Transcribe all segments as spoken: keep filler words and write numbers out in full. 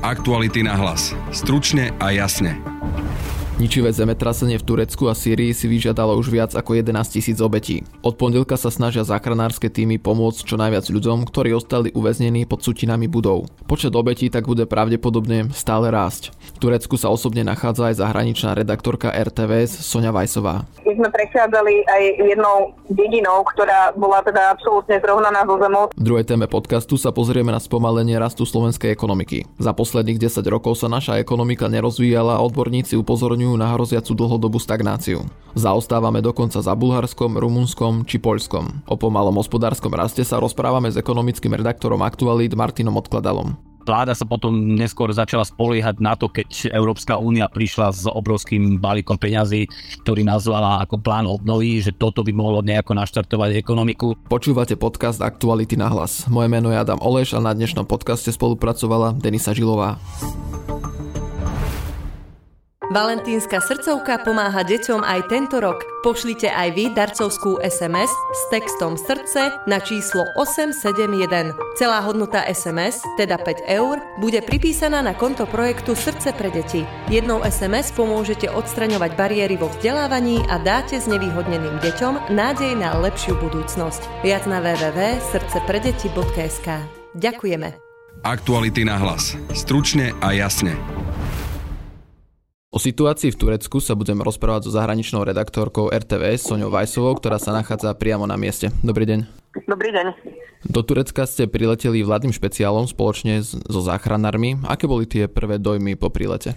Aktuality na hlas. Stručne a jasne. Ničivé zemetrasenie v Turecku a Sýrii si vyžiadalo už viac ako jedenásť tisíc obetí. Od pondelka sa snažia záchranárske tímy pomôcť čo najviac ľuďom, ktorí ostali uväznení pod sutinami budov. Počet obetí tak bude pravdepodobne stále rásť. V Turecku sa osobne nachádza aj zahraničná redaktorka er té vé es Soňa Vajsová. My sme prechádzali aj jednou dedinou, ktorá bola teda absolútne zrovnaná zo zemou. V druhej téme podcastu sa pozrieme na spomalenie rastu slovenskej ekonomiky. Za posledných desať rokov sa naša ekonomika nerozvíjala a odborníci upozorňujú na hroziacu dlhodobú stagnáciu. Zaostávame dokonca za Bulharskom, Rumunskom či Poľskom. O pomalom hospodárskom raste sa rozprávame s ekonomickým redaktorom Aktualít Martinom Odkladalom. Vláda sa potom neskôr začala spoliehať na to, keď Európska únia prišla s obrovským balíkom peňazí, ktorý nazvala ako plán obnovy, že toto by mohlo nejako naštartovať ekonomiku. Počúvate podcast Aktuality na hlas. Moje meno je Adam Oleš a na dnešnom podcaste spolupracovala Denisa Žilová. Valentínska srdcovka pomáha deťom aj tento rok. Pošlite aj vy darcovskú es em es s textom srdce na číslo osem sedem jeden. Celá hodnota es em es, teda päť eur, bude pripísaná na konto projektu Srdce pre deti. Jednou es em es pomôžete odstraňovať bariéry vo vzdelávaní a dáte znevýhodneným deťom nádej na lepšiu budúcnosť. Viac na w w w bodka srdcepredeti bodka es ká. Ďakujeme. Aktuality na hlas. Stručne a jasne. O situácii v Turecku sa budeme rozprávať so zahraničnou redaktorkou er té vé es Soňou Vajsovou, ktorá sa nachádza priamo na mieste. Dobrý deň. Dobrý deň. Do Turecka ste prileteli vládnym špeciálom spoločne so záchranármi. Aké boli tie prvé dojmy po prílete?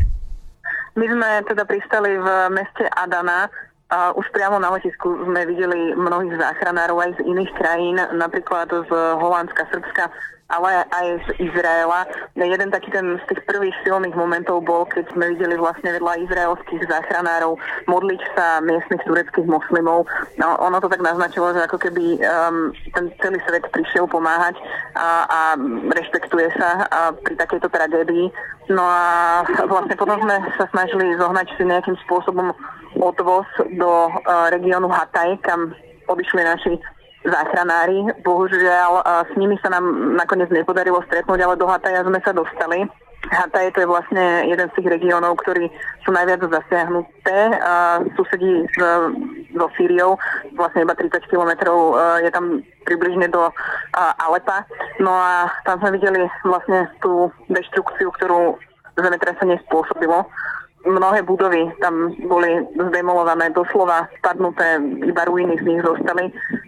My sme teda pristali v meste Adana. A už priamo na letisku sme videli mnohých záchranárov aj z iných krajín, napríklad z Holandska, Srbska, ale aj z Izraela. Jeden taký ten z tých prvých silných momentov bol, keď sme videli vlastne vedľa izraelských záchranárov modliť sa miestnych tureckých moslimov. No, ono to tak naznačilo, že ako keby um, ten celý svet prišiel pomáhať a, a rešpektuje sa a pri takejto tragédii. No a vlastne potom sme sa snažili zohnať si nejakým spôsobom odvoz do uh, regiónu Hatay, kam odišli naši záchranári. Bohužiaľ, uh, s nimi sa nám nakoniec nepodarilo stretnúť, ale do Hataja sme sa dostali. Hatay to je vlastne jeden z tých regiónov, ktorí sú najviac zasiahnuté. Uh, susedí s, so Sýriou, vlastne iba tridsať kilometrov uh, je tam približne do uh, Alepa. No a tam sme videli vlastne tú deštrukciu, ktorú zemetrasenie spôsobilo. Mnohé budovy tam boli zdemolované, doslova spadnuté, iba ruiny z nich zostali.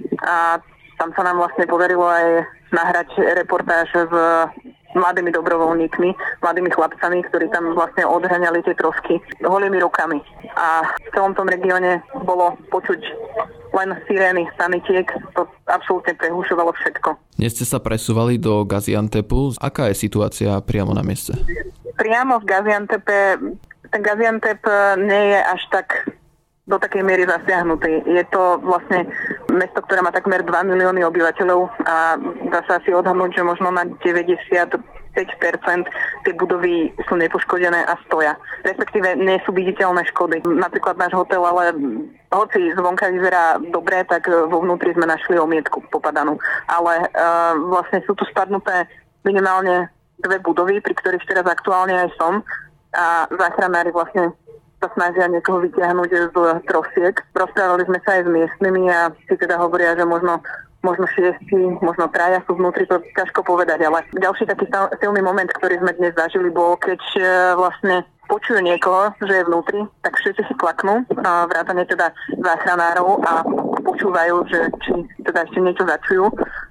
A tam sa nám vlastne podarilo aj nahrať reportáž s mladými dobrovoľníkmi, mladými chlapcami, ktorí tam vlastne odhraňali tie trosky holými rukami. A v celom tom regióne bolo počuť len sirény sanitiek, to absolútne prehúšovalo všetko. Dnes ste sa presúvali do Gaziantepu. Aká je situácia priamo na mieste? Priamo v Gaziantepe ten Gaziantep nie je až tak do takej miery zasiahnutý. Je to vlastne mesto, ktoré má takmer dva milióny obyvateľov a dá sa asi odhadnúť, že možno na deväťdesiatpäť percent tie budovy sú nepoškodené a stoja. Respektíve nie sú viditeľné škody. Napríklad náš hotel, ale hoci zvonka vyzerá dobre, tak vo vnútri sme našli omietku popadanú. Ale uh, vlastne sú tu spadnuté minimálne dve budovy, pri ktorých teraz aktuálne aj som. A záchranári vlastne sa snažia niekoho vytiahnuť z trosiek. Rozprávali sme sa aj s miestnymi a si teda hovoria, že možno, možno šiesti, možno traja sú vnútri, to ťažko povedať. Ale ďalší taký silný moment, ktorý sme dnes zažili, bol, keď vlastne počujú niekoho, že je vnútri, tak všetci si klaknú, vrátane teda záchranárov a počúvajú, že či teda ešte niečo začujú.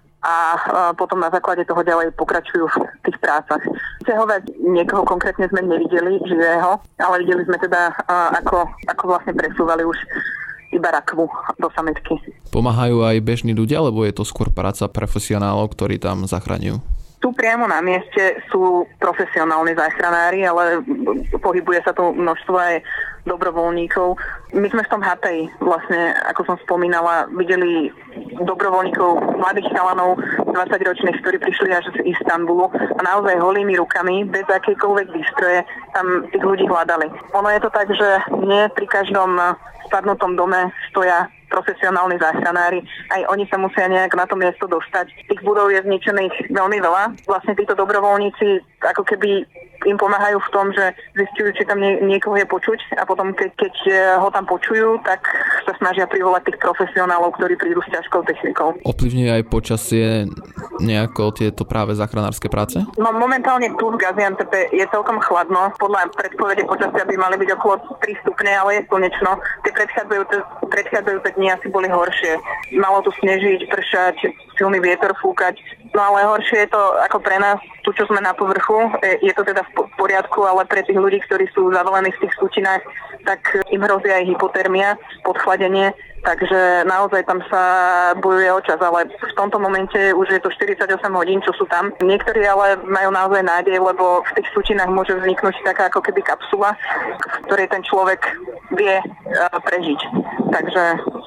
A potom na základe toho ďalej pokračujú v tých prácach. Ťahovať niekoho konkrétne sme nevideli živého, ale videli sme teda, ako, ako vlastne presúvali už iba rakvu do sametky. Pomáhajú aj bežní ľudia, alebo je to skôr práca profesionálov, ktorí tam zachraňujú? Tu priamo na mieste sú profesionálni záchranári, ale pohybuje sa tu množstvo aj dobrovoľníkov. My sme v tom Hataji vlastne, ako som spomínala, videli dobrovoľníkov, mladých chalanov, dvadsaťročných, ktorí prišli až z Istanbulu a naozaj holými rukami, bez akejkoľvek výstroje, tam tých ľudí hľadali. Ono je to tak, že nie pri každom spadnutom dome stoja profesionálni záchranári. Aj oni sa musia nejak na to miesto dostať. Tých budov je zničených veľmi veľa. Vlastne títo dobrovoľníci ako keby im pomáhajú v tom, že zistujú, či tam nie, niekoho je počuť a potom, keď, keď ho tam počujú, tak sa snažia privolať tých profesionálov, ktorí prídu s ťažkou technikou. Ovplyvňuje aj počasie nejako tieto práve záchranárske práce? No momentálne tu v Gaziantepe je celkom chladno. Podľa predpovede počasia by mali byť okolo tri stupne, ale je slnečno. Tie predchádzajúce, predchádzajúce dni asi boli horšie. Malo tu snežiť, pršať, silný vietor fúkať. No ale horšie je to ako pre nás, tu čo sme na povrchu, je to teda v poriadku, ale pre tých ľudí, ktorí sú zavalení v tých súčinách, tak im hrozí aj hypotermia, podchladenie, takže naozaj tam sa bojuje o čas, ale v tomto momente už je to štyridsaťosem hodín, čo sú tam. Niektorí ale majú naozaj nádej, lebo v tých súčinách môže vzniknúť taká ako keby kapsula, v ktorej ten človek vie prežiť. Takže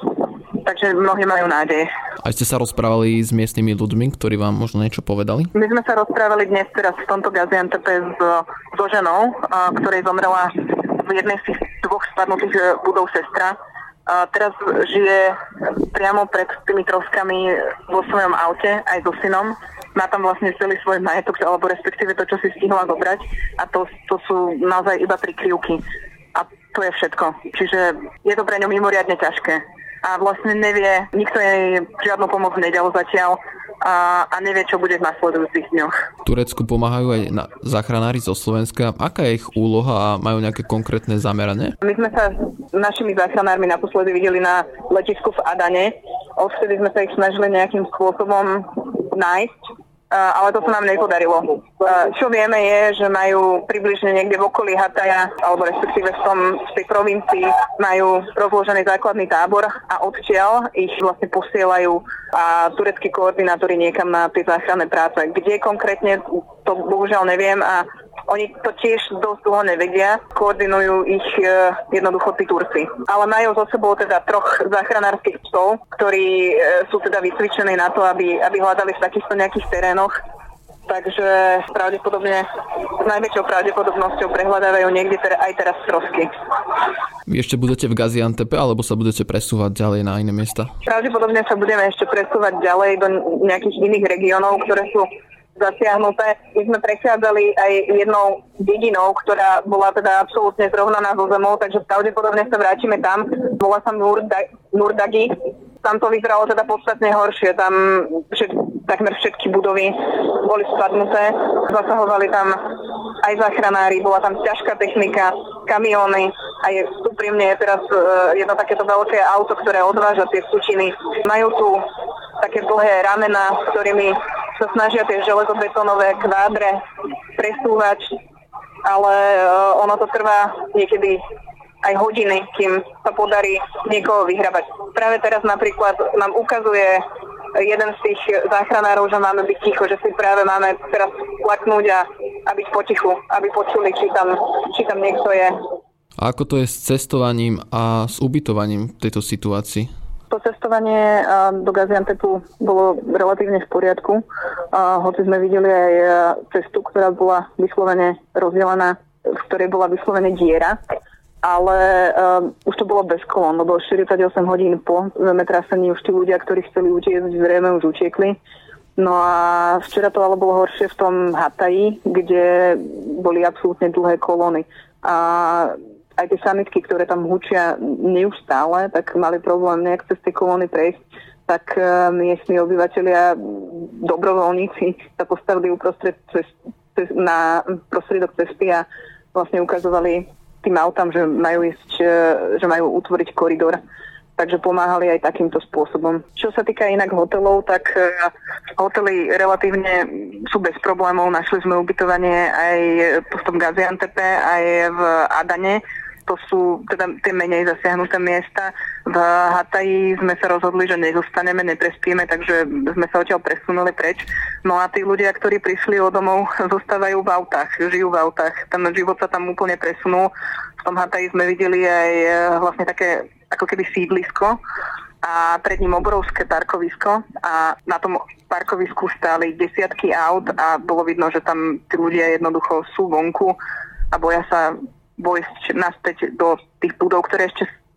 Takže mnohí majú nádej. A ste sa rozprávali s miestnymi ľuďmi, ktorí vám možno niečo povedali? My sme sa rozprávali dnes teraz v tomto Gaziantepe so, so ženou, ktorej zomrela v jednej z tých dvoch spadnutých budov sestra. A teraz žije priamo pred tými troskami vo svojom aute aj so synom. Má tam vlastne celý svoj majetok, alebo respektíve to, čo si stihla zobrať. A to, to sú naozaj iba prikryvky. A to je všetko. Čiže je to pre ňu mimoriadne ťažké. A vlastne nevie, nikto jej žiadnu pomoc nedal zatiaľ a, a nevie, čo bude v nasledujúcich dňoch. Turecku pomáhajú aj na záchranári zo Slovenska. Aká je ich úloha a majú nejaké konkrétne zameranie? My sme sa s našimi záchranármi naposledy videli na letisku v Adane. Odvtedy sme sa ich snažili nejakým spôsobom nájsť, ale to sa nám nepodarilo. Čo vieme je, že majú približne niekde v okolí Hataja, alebo respektíve v, tom, v tej provincii, majú rozložený základný tábor a odtiaľ ich vlastne posielajú a tureckí koordinátori niekam na tie záchranné práce. Kde konkrétne, to bohužiaľ neviem a oni to tiež dosť dlho nevedia, koordinujú ich e, jednoducho tí Turci. Ale majú zo sebou teda troch záchranárskych psov, ktorí e, sú teda vycvičení na to, aby, aby hľadali v takýchto nejakých terénoch. Takže pravdepodobne, s najväčšou pravdepodobnosťou prehľadávajú niekde ter- aj teraz trosky. Vy ešte budete v Gaziantepe, alebo sa budete presúvať ďalej na iné miesta? Pravdepodobne sa budeme ešte presúvať ďalej do nejakých iných regiónov, ktoré sú zasiahnuté. My sme prechádzali aj jednou dedinou, ktorá bola teda absolútne zrovnaná so zemou, takže pravdepodobne sa vrátime tam. Volá sa Nurda- Nurdagi. Tam to vyzeralo teda podstatne horšie. Tam všet, takmer všetky budovy boli spadnuté. Zasahovali tam aj záchranári, bola tam ťažká technika, kamióny. Aj úprimne je teraz jedno takéto veľké auto, ktoré odváža tie sučiny. Majú tu také dlhé ramená, s ktorými sa snažia tie železobetónové kvádre presúvať, ale ono to trvá niekedy aj hodiny, kým sa podarí niekoho vyhrabať. Práve teraz napríklad nám ukazuje jeden z tých záchranárov, že máme byť ticho, že si práve máme teraz plaknúť a, a byť potichu, aby počuli, či tam, či tam niekto je. A ako to je s cestovaním a s ubytovaním v tejto situácii? To cestovanie do Gaziantepu bolo relatívne v poriadku, hoci sme videli aj cestu, ktorá bola vyslovene rozdelená, v ktorej bola vyslovene diera, ale um, už to bolo bez kolón, lebo štyridsaťosem hodín po zemetrasení už tí ľudia, ktorí chceli utiecť, zrejme už utiekli. No a včera to ale bolo horšie v tom Hataji, kde boli absolútne dlhé kolóny. A aj tie sanitky, ktoré tam hučia neustále, tak mali problém nejak cez tie kolóny prejsť, tak miestni obyvateľia, dobrovoľníci sa postavili uprostred cest, cez, na prostriedok cesty a vlastne ukazovali tým autám, že majú ísť, že majú utvoriť koridor. Takže pomáhali aj takýmto spôsobom. Čo sa týka inak hotelov, tak hotely relatívne sú bez problémov. Našli sme ubytovanie aj v tom Gaziantepe, aj v Adane. To sú teda tie menej zasiahnuté miesta. V Hataji sme sa rozhodli, že nezostaneme, neprespíme, takže sme sa odtiaľ presunuli preč. No a tí ľudia, ktorí prišli od domov, zostávajú v autách, žijú v autách. Ten život sa tam úplne presunul. V tom Hataji sme videli aj vlastne také ako keby sídlisko a pred ním obrovské parkovisko a na tom parkovisku stáli desiatky aut a bolo vidno, že tam tí ľudia jednoducho sú vonku a boja sa vojsť naspäť do tých budov, ktoré ešte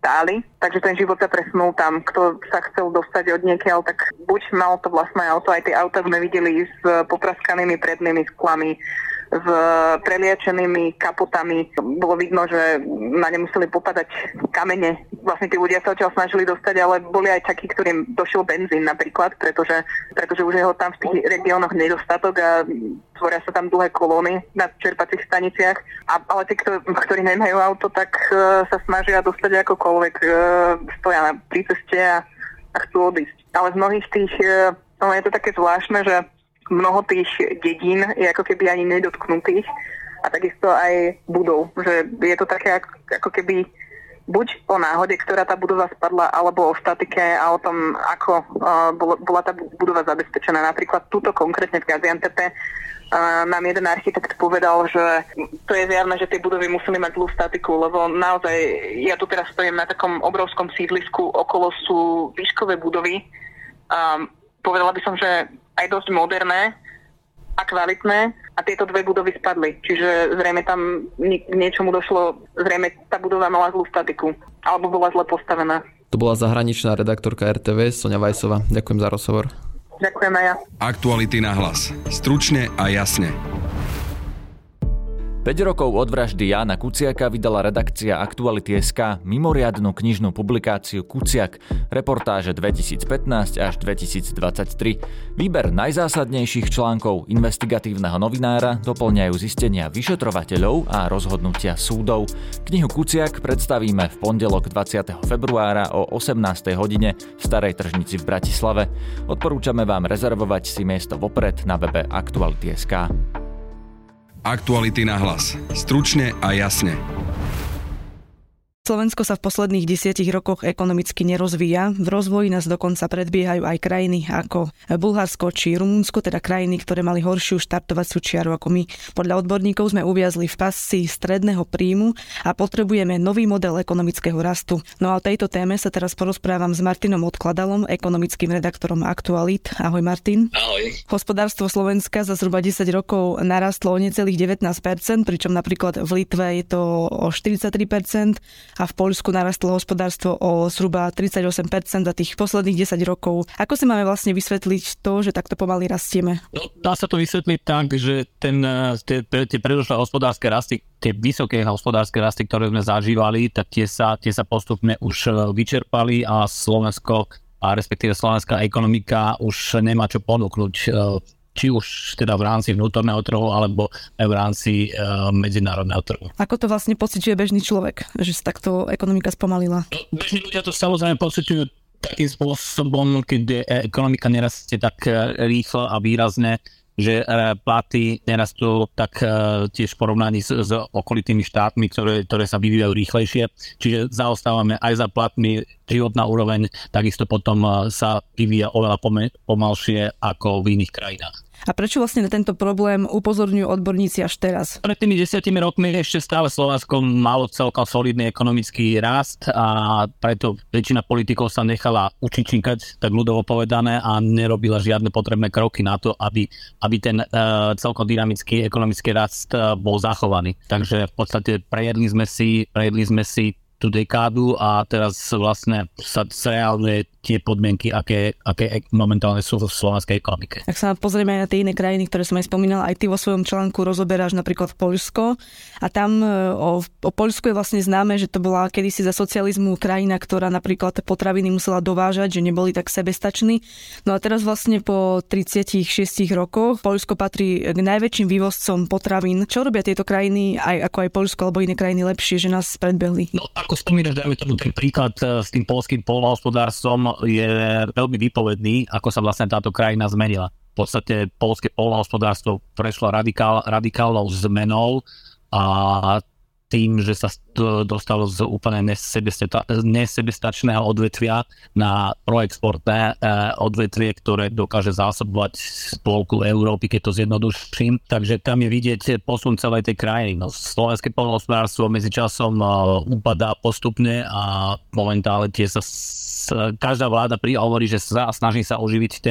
stáli, takže ten život sa presunul tam. Kto sa chcel dostať od niekiaľ, tak buď mal to vlastné auto, aj tie auta sme videli s popraskanými prednými sklami, s preliečenými kapotami. Bolo vidno, že na ne museli popadať kamene. Vlastne tí ľudia sa odtiaľ snažili dostať, ale boli aj takí, ktorým došiel benzín napríklad, pretože, pretože už je ho tam v tých regiónoch nedostatok a tvoria sa tam dlhé kolóny na čerpacích staniciach. A, ale tí, ktorí nemajú auto, tak uh, sa snažia dostať akokoľvek. Uh, stoja pri ceste a, a chcú odísť. Ale z mnohých tých, uh, no je to také zvláštne, že mnoho tých dedín je ako keby ani nedotknutých a takisto aj budov, že je to také ako, ako keby buď o náhode, ktorá tá budova spadla, alebo o statike a o tom, ako uh, bol, bola tá budova zabezpečená. Napríklad túto konkrétne v Gaziantepe uh, nám jeden architekt povedal, že to je zjavné, že tie budovy museli mať zlú statiku, lebo naozaj ja tu teraz stojím na takom obrovskom sídlisku, okolo sú výškové budovy. Um, povedala by som, že aj dosť moderné a kvalitné a tieto dve budovy spadli. Čiže zrejme tam k niečomu došlo, zrejme tá budova mala zlú statiku alebo bola zle postavená. To bola zahraničná redaktorka er té vé Soňa Vajsová. Ďakujem za rozhovor. Ďakujem aj ja. Aktuality na hlas. Stručne a jasne. päť rokov od vraždy Jána Kuciaka vydala redakcia Aktuality bodka es ká mimoriadnu knižnú publikáciu Kuciak, reportáže dvetisícpätnásť až dvetisícdvadsaťtri. Výber najzásadnejších článkov investigatívneho novinára doplňajú zistenia vyšetrovateľov a rozhodnutia súdov. Knihu Kuciak predstavíme v pondelok dvadsiateho februára o osemnástej hodine v Starej tržnici v Bratislave. Odporúčame vám rezervovať si miesto vopred na webe Aktuality bodka es ká. Aktuality na hlas. Stručne a jasne. Slovensko sa v posledných desiatich rokoch ekonomicky nerozvíja. V rozvoji nás dokonca predbiehajú aj krajiny ako Bulharsko či Rumunsko, teda krajiny, ktoré mali horšiu štartovaciu čiaru ako my. Podľa odborníkov sme uviazli v pasci stredného príjmu a potrebujeme nový model ekonomického rastu. No a o tejto téme sa teraz porozprávam s Martinom Odkladalom, ekonomickým redaktorom Aktualit. Ahoj Martin. Ahoj. Hospodárstvo Slovenska za zhruba desať rokov narastlo o necelých devätnásť percent, pričom napríklad v Litve je to o štyridsaťtri percent. A v Poľsku narastlo hospodárstvo o zhruba tridsaťosem percent za tých posledných desať rokov. Ako si máme vlastne vysvetliť to, že takto pomaly rastieme? No, dá sa to vysvetliť tak, že ten, tie, tie predošlé hospodárske rasty, tie vysoké hospodárske rasty, ktoré sme zažívali, tak tie sa, tie sa postupne už vyčerpali a Slovensko, a respektíve slovenská ekonomika už nemá čo ponúknuť, či už teda v rámci vnútorného trhu, alebo aj v rámci uh, medzinárodného trhu. Ako to vlastne pociťuje bežný človek, že sa takto ekonomika spomalila? No, bežní ľudia to samozrejme pociťujú takým spôsobom, keď ekonomika nerastie tak rýchlo a výrazne, že platy nerastú tak uh, tiež v porovnaní s, s okolitými štátmi, ktoré, ktoré sa vyvíjajú rýchlejšie. Čiže zaostávame aj za platmi, životná úroveň takisto potom uh, sa vyvíja oveľa pomalšie ako v iných krajinách. A prečo vlastne na tento problém upozorňujú odborníci až teraz? Pred tými desiatimi rokmi ešte stále Slovensko malo celkom solidný ekonomický rast a preto väčšina politikov sa nechala učičinkať, tak ľudovo povedané, a nerobila žiadne potrebné kroky na to, aby, aby ten uh, celkom dynamický ekonomický rast uh, bol zachovaný. Takže v podstate prejedli sme si, prejedli sme si tú dekádu a teraz vlastne sa zreálne tie podmienky, aké, aké momentálne sú v slovenskej ekonomike. Ak sa pozrieme aj na tie iné krajiny, ktoré som aj spomínala, aj ty vo svojom článku rozoberáš napríklad Poľsko a tam o, o Poľsku je vlastne známe, že to bola kedysi za socializmu krajina, ktorá napríklad potraviny musela dovážať, že neboli tak sebestační. No a teraz vlastne po tridsiatich šiestich rokoch Poľsko patrí k najväčším vývozcom potravín. Čo robia tieto krajiny, aj ako aj Poľsko alebo iné krajiny lepšie, že nás predbehli? No ako spomínaš, dajme tomu ten príklad s tým poľským poľnohospodárstvom je veľmi výpovedný, ako sa vlastne táto krajina zmenila. V podstate poľské poľnohospodárstvo prešlo radikál, radikálnou zmenou a tým, že sa dostalo z úplne nesebestačného odvetvia na proexportné odvetvie, ktoré dokáže zásobovať polku Európy, keď to zjednoduším. Takže tam je vidieť posun celej tej krajiny. No, slovenské poľnohospodárstvo medzičasom upadá postupne a momentálne tie sa každá vláda hovorí, že sa snaží sa oživiť tento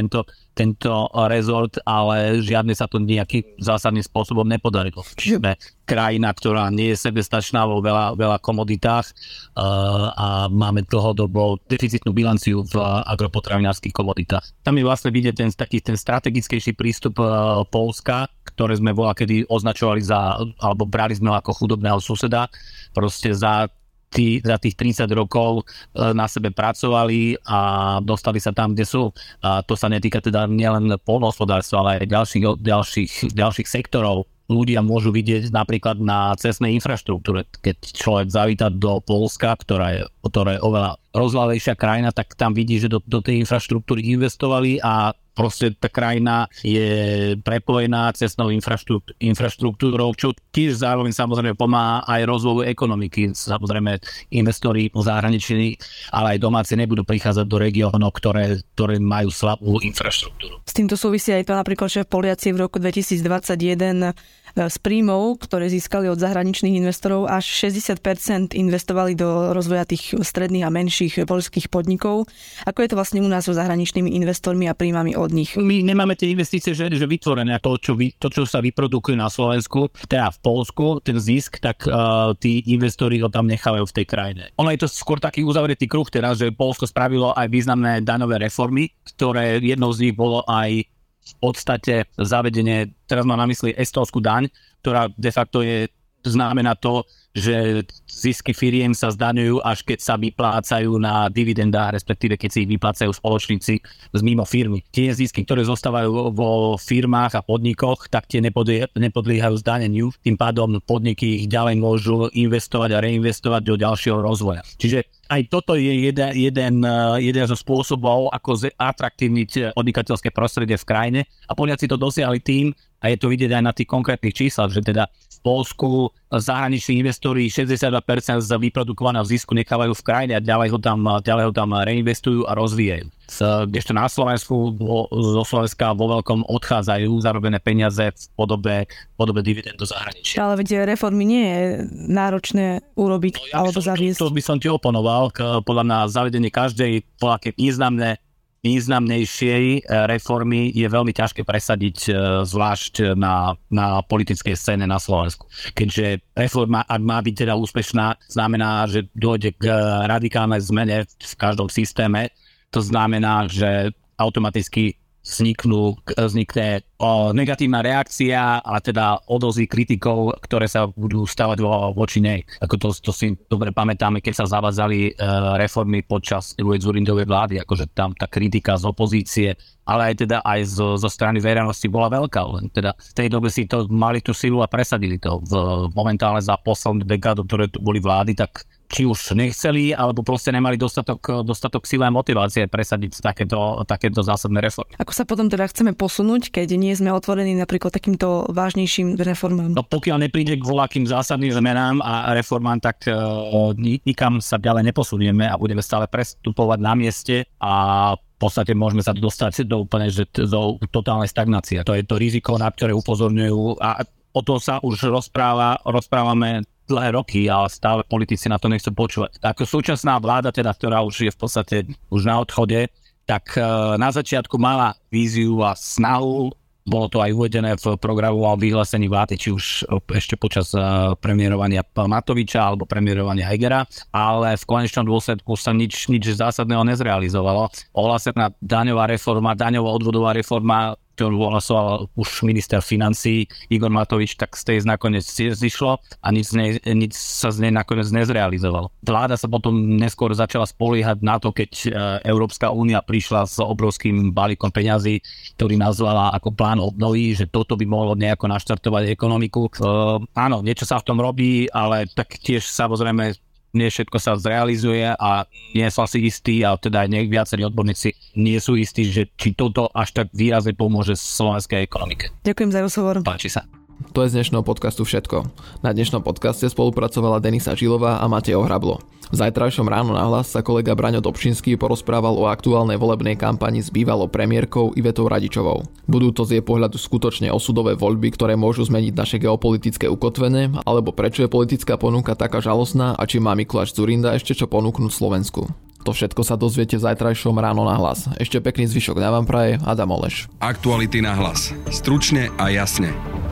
tento rezort, ale žiadne sa to nejakým zásadným spôsobom nepodarilo. Čiže sme krajina, ktorá nie je sebestačná vo veľa, veľa komoditách uh, a máme dlhodobo deficitnú bilanciu v agropotravinárskych komoditách. Tam je vlastne vidieť ten taký ten strategickejší prístup uh, Poľska, ktoré sme bola kedy označovali za, alebo brali sme ako chudobného suseda, proste za Tí, za tých tridsať rokov na sebe pracovali a dostali sa tam, kde sú. A to sa netýka teda nielen poľnohospodárstva, ale aj ďalších, ďalších, ďalších sektorov. Ľudia môžu vidieť napríklad na cestnej infraštruktúre. Keď človek zavíta do Poľska, ktorá je, ktorá je oveľa rozvľavejšia krajina, tak tam vidí, že do, do tej infraštruktúry investovali a proste tá krajina je prepojená cestnou infraštruktúrou, infraštruktúrou, čo tiež zároveň samozrejme pomáha aj rozvoju ekonomiky. Samozrejme investori zahraniční, ale aj domáci nebudú prichádzať do regiónov, ktoré, ktoré majú slabú infraštruktúru. S týmto súvisí aj to napríklad, že Poliaci v roku dvetisícdvadsaťjeden z príjmov, ktoré získali od zahraničných investorov, až šesťdesiat percent investovali do rozvoja tých stredných a menších poľských podnikov. Ako je to vlastne u nás so zahraničnými investormi a príjmami od nich? My nemáme tie investície, že, že vytvorené to čo, vy, to, čo sa vyprodukuje na Slovensku, teda v Poľsku, ten zisk, tak uh, tí investori ho tam nechávajú v tej krajine. Ono je to skôr taký uzavretý kruh teraz, že Poľsko spravilo aj významné daňové reformy, ktoré jednou z nich bolo aj v podstate zavedenie, teraz mám na mysli estónsku daň, ktorá de facto je, znamená to, že zisky firiem sa zdaňujú, až keď sa vyplácajú na dividendách, respektíve keď si ich vyplácajú spoločníci z mimo firmy. Tie zisky, ktoré zostávajú vo firmách a podnikoch, tak tie nepodliehajú zdaneniu. Tým pádom podniky ich ďalej môžu investovať a reinvestovať do ďalšieho rozvoja. Čiže aj toto je jeden, jeden, jeden zo spôsobov, ako atraktívniť podnikateľské prostredie v krajine. A Poliaci to dosiahli tým, a je to vidieť aj na tých konkrétnych číslach, že teda v Poľsku zahraniční investori šesťdesiatdva percent z vyprodukovaného zisku nechávajú v krajine a ďalej ho tam, ďalej ho tam reinvestujú a rozvíjajú. Kdežto na Slovensku zo Slovenska vo veľkom odchádzajú zarobené peniaze v podobe, v podobe dividend do zahraničia. Ale veď reformy nie je náročné urobiť no, ja alebo zaviesť. To, to by som ti oponoval. Podľa mňa zavedenie každej voľaké významné významnejšej reformy je veľmi ťažké presadiť, zvlášť na, na politickej scéne na Slovensku. Keďže reforma, ak má byť teda úspešná, znamená, že dôjde k radikálnej zmene v každom systéme. To znamená, že automaticky vzniknú, vznikne o, negatívna reakcia a teda odozvy kritikov, ktoré sa budú stavať vo, voči nej. Ako to, to si dobre pamätáme, keď sa zavádzali e, reformy počas druhej Dzurindovej vlády, akože tam tá kritika z opozície, ale aj teda aj zo, zo strany verejnosti bola veľká. Len teda v tej dobe si to mali tú silu a presadili to. V, momentálne za poslednú dekádu, ktoré tu boli vlády, tak či už nechceli, alebo proste nemali dostatok, dostatok síly a motivácie presadiť takéto, takéto zásadné reformy. Ako sa potom teda chceme posunúť, keď nie sme otvorení napríklad takýmto vážnejším reformám? No pokiaľ nepríde k voľakým zásadným zmenám a reformám, tak uh, nikam sa ďalej neposunieme a budeme stále prestupovať na mieste a v podstate môžeme sa dostať do úplne že do totálnej stagnácie. To je to riziko, na ktoré upozorňujú a o to sa už rozpráva, rozprávame dlhé roky, ale stále politici na to nechcú počúvať. Ako súčasná vláda, teda, ktorá už je v podstate už na odchode, tak na začiatku mala víziu a snahu, bolo to aj uvedené v programovom vyhlásení vlády, či už ešte počas premiérovania Matoviča alebo premiérovania Hegera, ale v konečnom dôsledku sa nič, nič zásadného nezrealizovalo. Ohlásená daňová reforma, daňovo-odvodová reforma, ktorú ohlasoval už minister financií Igor Matovič, tak z tej nakoniec zišlo a nič, ne, nič sa z nej nakoniec nezrealizovalo. Vláda sa potom neskôr začala spoliehať na to, keď Európska únia prišla s obrovským balíkom peňazí, ktorý nazvala ako plán obnovy, že toto by mohlo nejako naštartovať ekonomiku. E, áno, niečo sa v tom robí, ale tak tiež samozrejme nie všetko sa zrealizuje a nie som si istý, a teda aj viacerí odborníci nie sú istí, že či toto až tak výrazne pomôže slovenskej ekonomike. Ďakujem za rozhovor. Páči sa. To je z dnešného podcastu všetko. Na dnešnom podcaste spolupracovala Denisa Žilová a Matej Ohrablo. V zajtrajšom Ráno na hlas sa kolega Braňo Dobšinský porozprával o aktuálnej volebnej kampani s bývalou premiérkou Ivetou Radičovou. Budú to z jej pohľadu skutočne osudové voľby, ktoré môžu zmeniť naše geopolitické ukotvenie, alebo prečo je politická ponuka taká žalostná a či má Mikuláš Dzurinda ešte čo ponúknuť Slovensku. To všetko sa dozviete v zajtrajšom Ráno na hlas. Ešte pekný zvyšok dňa vám praje Adam Oleš. Aktuality na hlas. Stručne a jasne.